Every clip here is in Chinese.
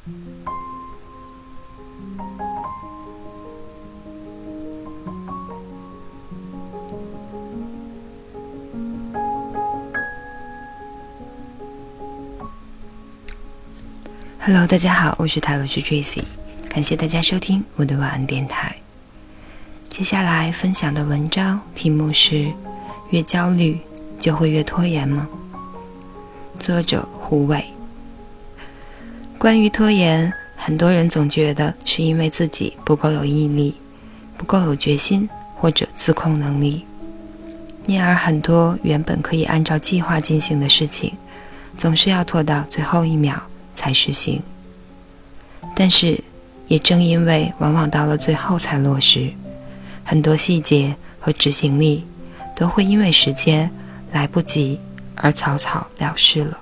Hello， 大家好，我是塔罗师 Tracy， 感谢大家收听我的晚安电台。接下来分享的文章题目是：越焦虑就会越拖延吗？作者胡伟。关于拖延，很多人总觉得是因为自己不够有毅力，不够有决心或者自控能力，因而很多原本可以按照计划进行的事情，总是要拖到最后一秒才实行。但是也正因为往往到了最后才落实，很多细节和执行力都会因为时间来不及而草草了事了。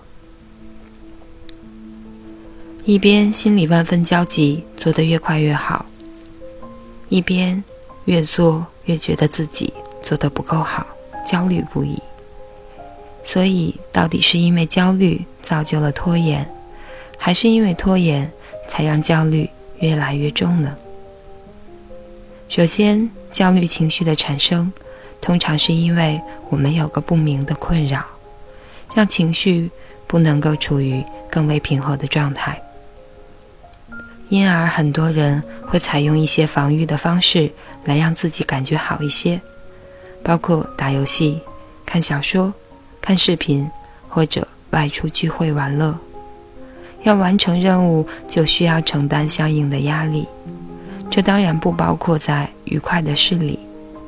一边心里万分焦急，做得越快越好，一边越做越觉得自己做得不够好，焦虑不已。所以到底是因为焦虑造就了拖延，还是因为拖延才让焦虑越来越重呢？首先，焦虑情绪的产生通常是因为我们有个不明的困扰，让情绪不能够处于更为平和的状态，因而很多人会采用一些防御的方式来让自己感觉好一些，包括打游戏、看小说、看视频或者外出聚会玩乐。要完成任务就需要承担相应的压力，这当然不包括在愉快的事里。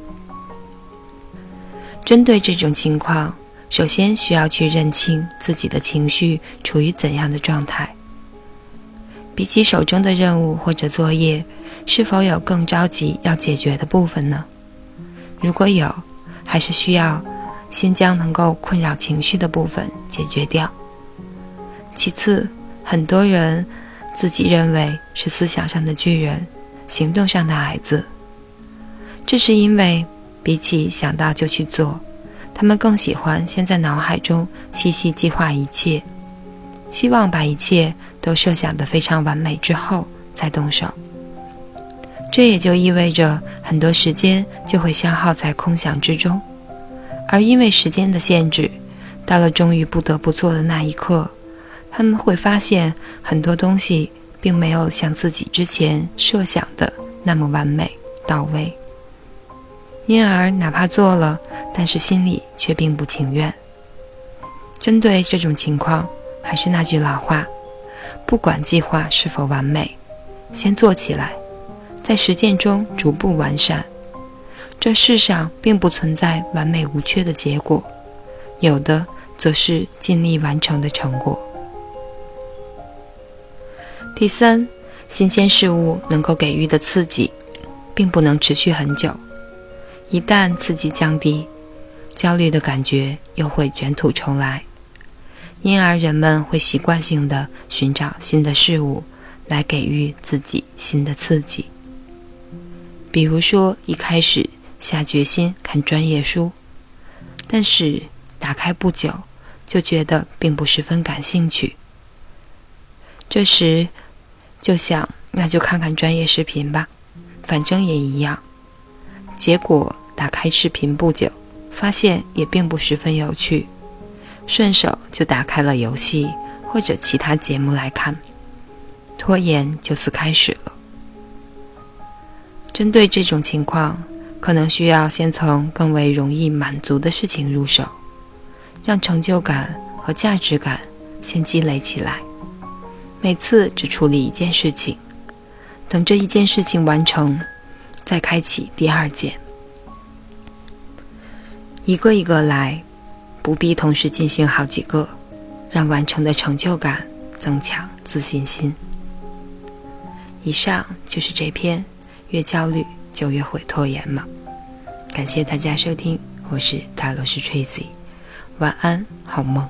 针对这种情况，首先需要去认清自己的情绪处于怎样的状态。比起手中的任务或者作业，是否有更着急要解决的部分呢？如果有，还是需要先将能够困扰情绪的部分解决掉。其次，很多人自己认为是思想上的巨人，行动上的矮子。这是因为比起想到就去做，他们更喜欢先在脑海中细细计划一切，希望把一切都设想得非常完美之后再动手。这也就意味着很多时间就会消耗在空想之中，而因为时间的限制，到了终于不得不做的那一刻，他们会发现很多东西并没有像自己之前设想的那么完美到位，因而哪怕做了，但是心里却并不情愿。针对这种情况，还是那句老话，不管计划是否完美，先做起来，在实践中逐步完善。这世上并不存在完美无缺的结果，有的则是尽力完成的成果。第三，新鲜事物能够给予的刺激并不能持续很久，一旦刺激降低，焦虑的感觉又会卷土重来，因而人们会习惯性地寻找新的事物来给予自己新的刺激。比如说，一开始下决心看专业书，但是打开不久就觉得并不十分感兴趣，这时就想那就看看专业视频吧，反正也一样。结果打开视频不久，发现也并不十分有趣，顺手就打开了游戏或者其他节目来看，拖延就此开始了。针对这种情况，可能需要先从更为容易满足的事情入手，让成就感和价值感先积累起来。每次只处理一件事情，等这一件事情完成，再开启第二件。一个一个来，不必同时进行好几个，让完成的成就感增强自信心。以上就是这篇越焦虑就越会拖延嘛。感谢大家收听，我是塔罗师 Tracy， 晚安，好梦。